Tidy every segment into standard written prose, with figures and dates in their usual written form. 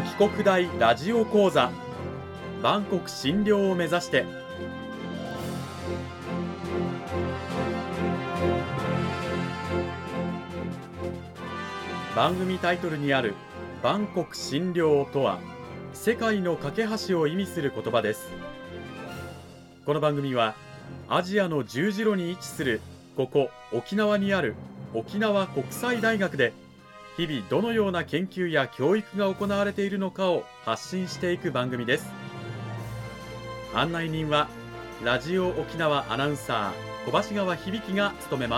帰国大ラジオ講座、万国診療を目指して。番組タイトルにある万国診療とは、世界の架け橋を意味する言葉です。この番組はアジアの十字路に位置するここ沖縄にある沖縄国際大学で、日々どのような研究や教育が行われているのかを発信していく番組です。案内人はラジオ沖縄アナウンサー小橋川響が務めます。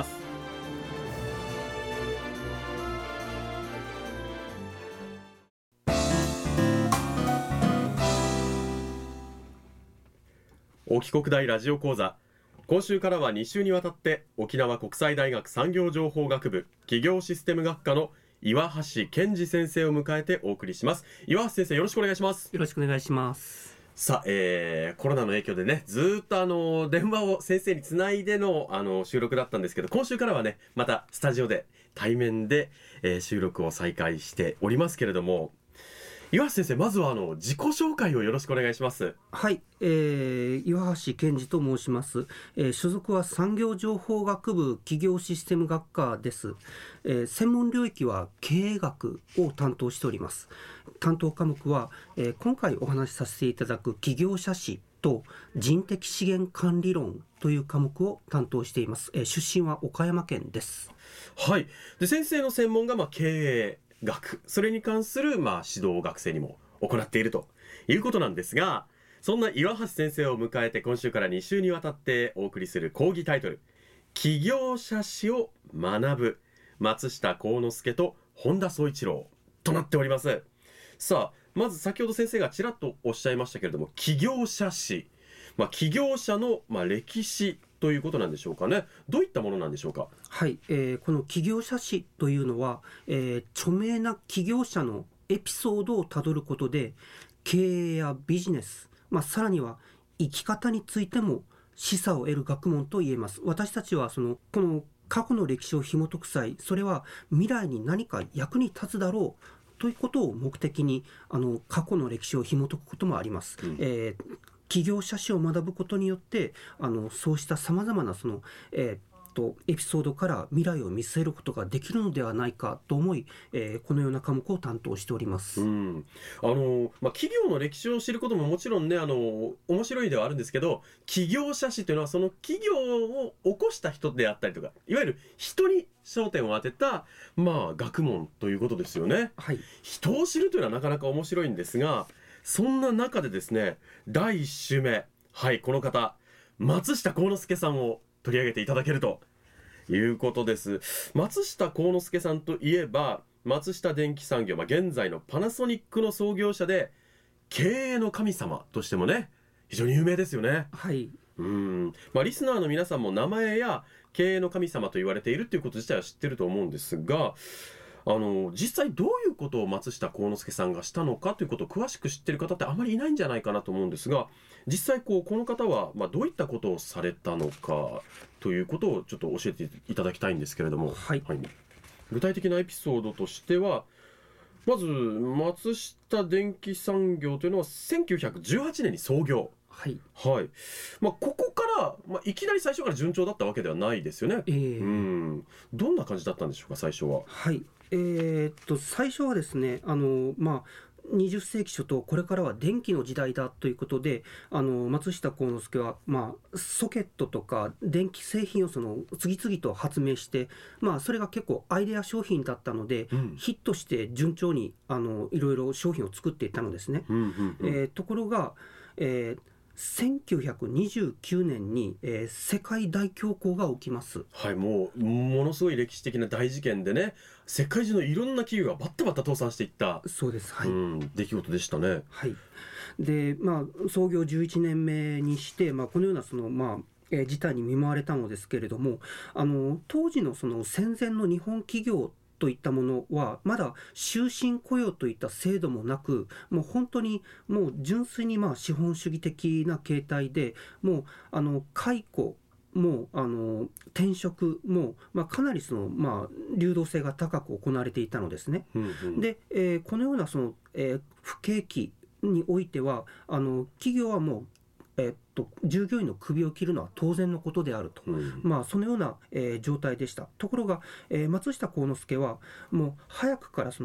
沖国大ラジオ講座、今週からは2週にわたって沖縄国際大学産業情報学部企業システム学科の岩橋健二先生を迎えてお送りします。岩橋先生、よろしくお願いします。 よろしくお願いします。 さあ、コロナの影響でね、ずっと電話を先生につないでの収録だったんですけど、今週からはね、またスタジオで対面で、収録を再開しておりますけれども、岩橋先生、まずは自己紹介をよろしくお願いします。 はい、岩橋健二と申します。所属は産業情報学部企業システム学科です。専門領域は経営学を担当しております。担当科目は、今回お話しさせていただく企業社史と人的資源管理論という科目を担当しています。出身は岡山県です。 はい。で、先生の専門が経営学、それに関する指導を学生にも行っているということなんですが、そんな岩橋先生を迎えて今週から2週にわたってお送りする講義タイトル、企業社史を学ぶ松下幸之助と本田宗一郎となっております。さあ、まず先ほど先生がちらっとおっしゃいましたけれども、企業社史、企業者の歴史ということなんでしょうかね。どういったものなんでしょうか。 はい、この企業社史というのは、著名な企業者のエピソードをたどることで、経営やビジネス、さらには生き方についても示唆を得る学問と言えます。私たちはこの過去の歴史を紐解く際、それは未来に何か役に立つだろうということを目的に過去の歴史を紐解くこともあります。企業社史を学ぶことによってそうしたさまざまなエピソードから未来を見据えることができるのではないかと思い、このような科目を担当しております。 企業の歴史を知ることももちろんね、面白いではあるんですけど、企業社史というのはその企業を起こした人であったりとか、いわゆる人に焦点を当てた学問ということですよね。 はい、 人を知るというのはなかなか面白いんですが、そんな中でですね、第1週目、はい、この方、松下幸之助さんを取り上げていただけるということです。松下幸之助さんといえば、松下電器産業、現在のパナソニックの創業者で、経営の神様としてもね、非常に有名ですよね。 はい。 リスナーの皆さんも名前や経営の神様と言われているということ自体は知ってると思うんですが、実際どういうことを松下幸之助さんがしたのかということを詳しく知っている方ってあまりいないんじゃないかなと思うんですが、実際この方はどういったことをされたのかということをちょっと教えていただきたいんですけれども、具体的なエピソードとしては、まず松下電器産業というのは1918年に創業。ここからいきなり最初から順調だったわけではないですよね。どんな感じだったんでしょうか、最初は。 最初はですね、20世紀初頭、これからは電気の時代だということで、松下幸之助は、ソケットとか電気製品を次々と発明して、それが結構アイデア商品だったので、ヒットして順調にいろいろ商品を作っていったのですね。ところが、1929年に、世界大恐慌が起きます。 ものすごい歴史的な大事件でね、世界中のいろんな企業がバッタバッタ倒産していった。 そうです。 出来事でしたね。 で、創業11年目にして、このような事態に見舞われたのですけれども、当時の戦前の日本企業といったものはまだ終身雇用といった制度もなく、もう本当にもう純粋に資本主義的な形態で、もう解雇も転職も、かなり流動性が高く行われていたのですね。で、このような不景気においては企業はもう従業員の首を切るのは当然のことであると、そのような、状態でした。ところが、松下幸之助はもう早くから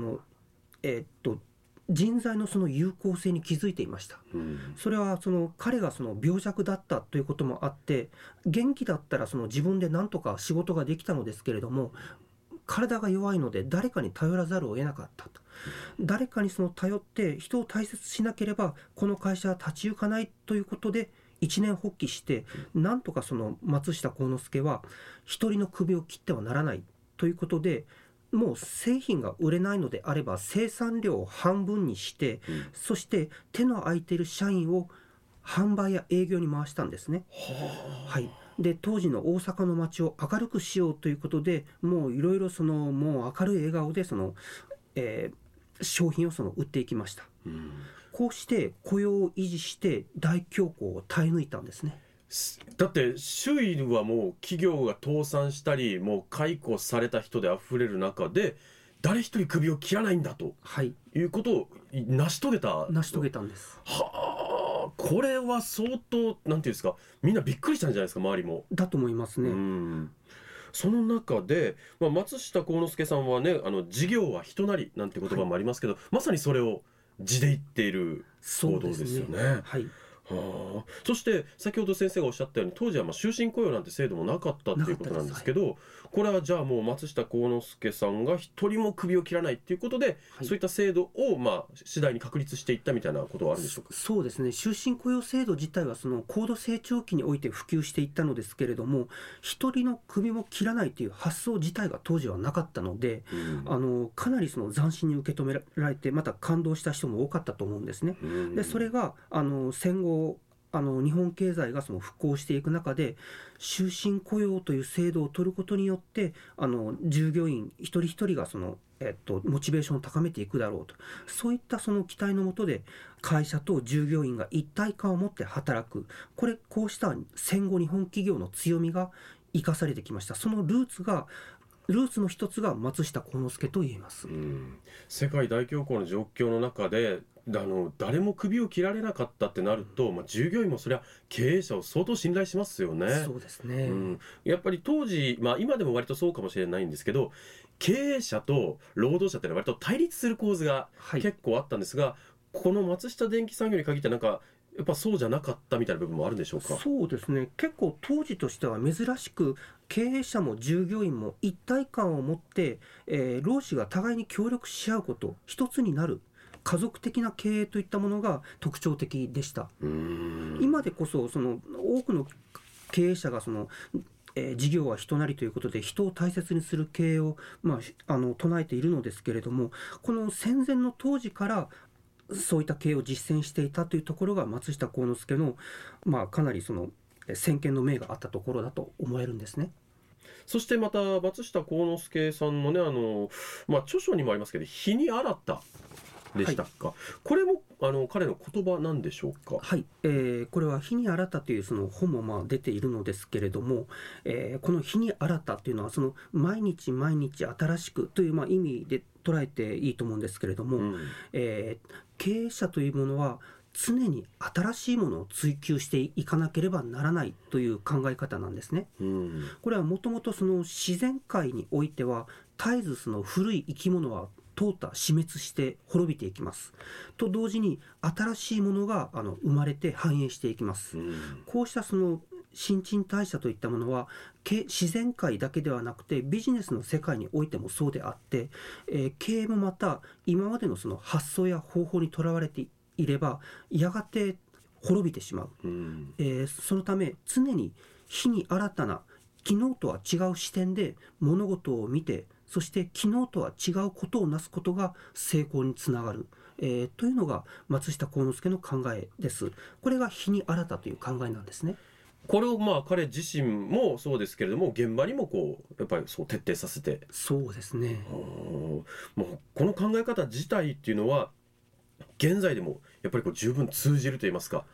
人材の有効性に気づいていました。それは彼が病弱だったということもあって、元気だったら自分で何とか仕事ができたのですけれども、体が弱いので誰かに頼らざるを得なかったと。誰かに頼って人を大切にしなければこの会社は立ち行かないということで一念発起して、なんとか松下幸之助は一人の首を切ってはならないということで、もう製品が売れないのであれば生産量を半分にして、そして手の空いている社員を販売や営業に回したんですね。で当時の大阪の街を明るくしようということで、もういろいろもう明るい笑顔で商品を売っていきました。こうして雇用を維持して大恐慌を耐え抜いたんですね。 だって周囲はもう企業が倒産したりもう解雇された人であふれる中で、誰一人首を切らないんだと、いうことを成し遂げたんです。 これは相当なんていうんですか、みんなびっくりしたんじゃないですか、周りも。 だと思いますね。 その中で、松下幸之助さんはね、事業は人なりなんて言葉もありますけど、まさにそれを地で言っている行動ですよね。そして先ほど先生がおっしゃったように、当時は終身雇用なんて制度もなかったっていうことなんですけど、これはじゃあもう松下幸之助さんが一人も首を切らないっていうことで、そういった制度を次第に確立していったみたいなことはあるんでしょうか。 そうですね、終身雇用制度自体は高度成長期において普及していったのですけれども、一人の首も切らないという発想自体が当時はなかったので、かなり斬新に受け止められて、また感動した人も多かったと思うんですね。でそれが戦後日本経済が復興していく中で、終身雇用という制度を取ることによって従業員一人一人がモチベーションを高めていくだろうと、そういった期待のもとで会社と従業員が一体感を持って働く、こうした戦後日本企業の強みが生かされてきました。そのルーツの一つが松下幸之助と言えます。 世界大恐慌の状況の中で誰も首を切られなかったってなると、従業員もそれは経営者を相当信頼しますよね。 そうですね、 やっぱり当時、今でも割とそうかもしれないんですけど、経営者と労働者ってのは割と対立する構図が結構あったんですが、この松下電器産業に限ってやっぱそうじゃなかったみたいな部分もあるんでしょうか。 そうですね、結構当時としては珍しく経営者も従業員も一体感を持って、労使が互いに協力し合うこと、一つになる家族的な経営といったものが特徴的でした。今でこそ多くの経営者が事業は人なりということで人を大切にする経営を、唱えているのですけれども、この戦前の当時からそういった経営を実践していたというところが松下幸之助の、かなり先見の明があったところだと思えるんですね。 そしてまた松下幸之助さんのね、著書にもありますけど、日に新たでしたか、これも彼の言葉なんでしょうか。 これは日に新たという本も出ているのですけれども、この日に新たというのは毎日毎日新しくという意味で捉えていいと思うんですけれども、経営者というものは常に新しいものを追求していかなければならないという考え方なんですね。これはもともと自然界においては絶えず古い生き物は淘汰死滅して滅びていきますと同時に、新しいものが生まれて繁栄していきます。こうした新陳代謝といったものは自然界だけではなくてビジネスの世界においてもそうであって、経営もまた今までの発想や方法にとらわれていればやがて滅びてしまう。そのため常に日に新たな昨日とは違う視点で物事を見て、そして昨日とは違うことをなすことが成功につながる、というのが松下幸之助の考えです。これが日に新たという考えなんですね。 これを彼自身もそうですけれども、現場にもやっぱりそう徹底させて。 そうですね。 この考え方自体っていうのは現在でもやっぱり十分通じると言いますか、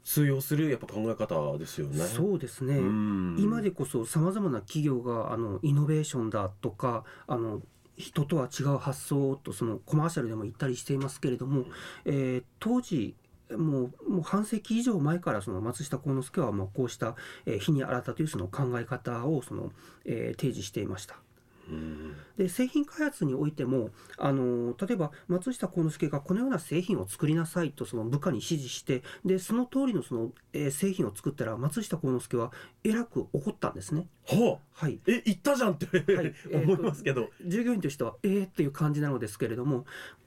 通用するやっぱ考え方ですよね。 そうですね。今でこそさまざまな企業がイノベーションだとか人とは違う発想とそのコマーシャルでも言ったりしていますけれども、当時もう半世紀以上前からその松下幸之助はもうこうした、火に新たというその考え方を提示していました。で製品開発においても例えば松下幸之助がこのような製品を作りなさいとその部下に指示してでその通りの製品を作ったら松下幸之助はえらく怒ったんですね。 はい、言ったじゃんって、はい、思いますけど、 従業員としてはっていう感じなのですけれども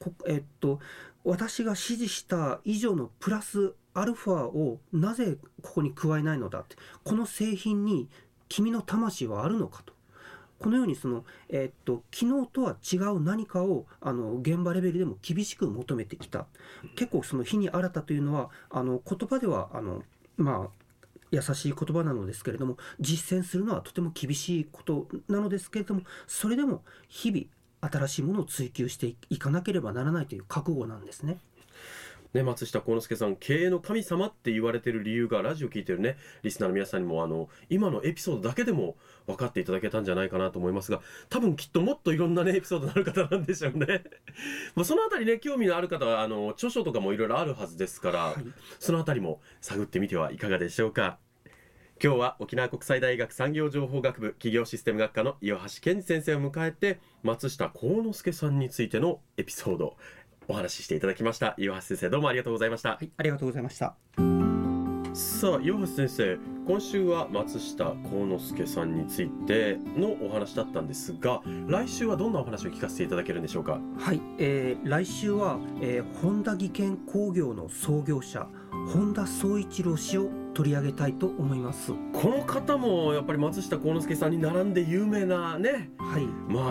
私が指示した以上のプラスアルファをなぜここに加えないのだって、この製品に君の魂はあるのかと、このように昨日とは違う何かを現場レベルでも厳しく求めてきた。結構その火に新たというのは言葉では優しい言葉なのですけれども実践するのはとても厳しいことなのですけれども、それでも日々新しいものを追求していかなければならないという覚悟なんですね。 松下幸之助さん、経営の神様って言われている理由がラジオ聞いてるねリスナーの皆さんにも今のエピソードだけでも分かっていただけたんじゃないかなと思いますが、多分きっともっといろんなねエピソードのある方なんでしょうねそのあたりね興味のある方は著書とかもいろいろあるはずですから、はい、そのあたりも探ってみてはいかがでしょうか。今日は沖縄国際大学産業情報学部企業システム学科の岩橋健二先生を迎えて松下幸之助さんについてのエピソードお話ししていただきました。岩橋先生どうもありがとうございました。 はい、ありがとうございました。 さあ岩橋先生、今週は松下幸之助さんについてのお話だったんですが、来週はどんなお話を聞かせていただけるんでしょうか。 はい、来週は、本田技研工業の創業者本田宗一郎氏を取り上げたいと思います。 この方もやっぱり松下幸之助さんに並んで有名なね、はい、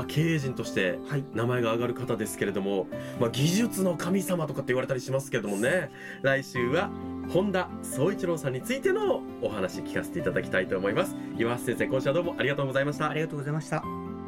経営陣として名前が挙がる方ですけれども、技術の神様とかって言われたりしますけどもね、来週は本田宗一郎さんについてのお話聞かせていただきたいと思います。岩橋先生、今週はどうもありがとうございました。 ありがとうございました。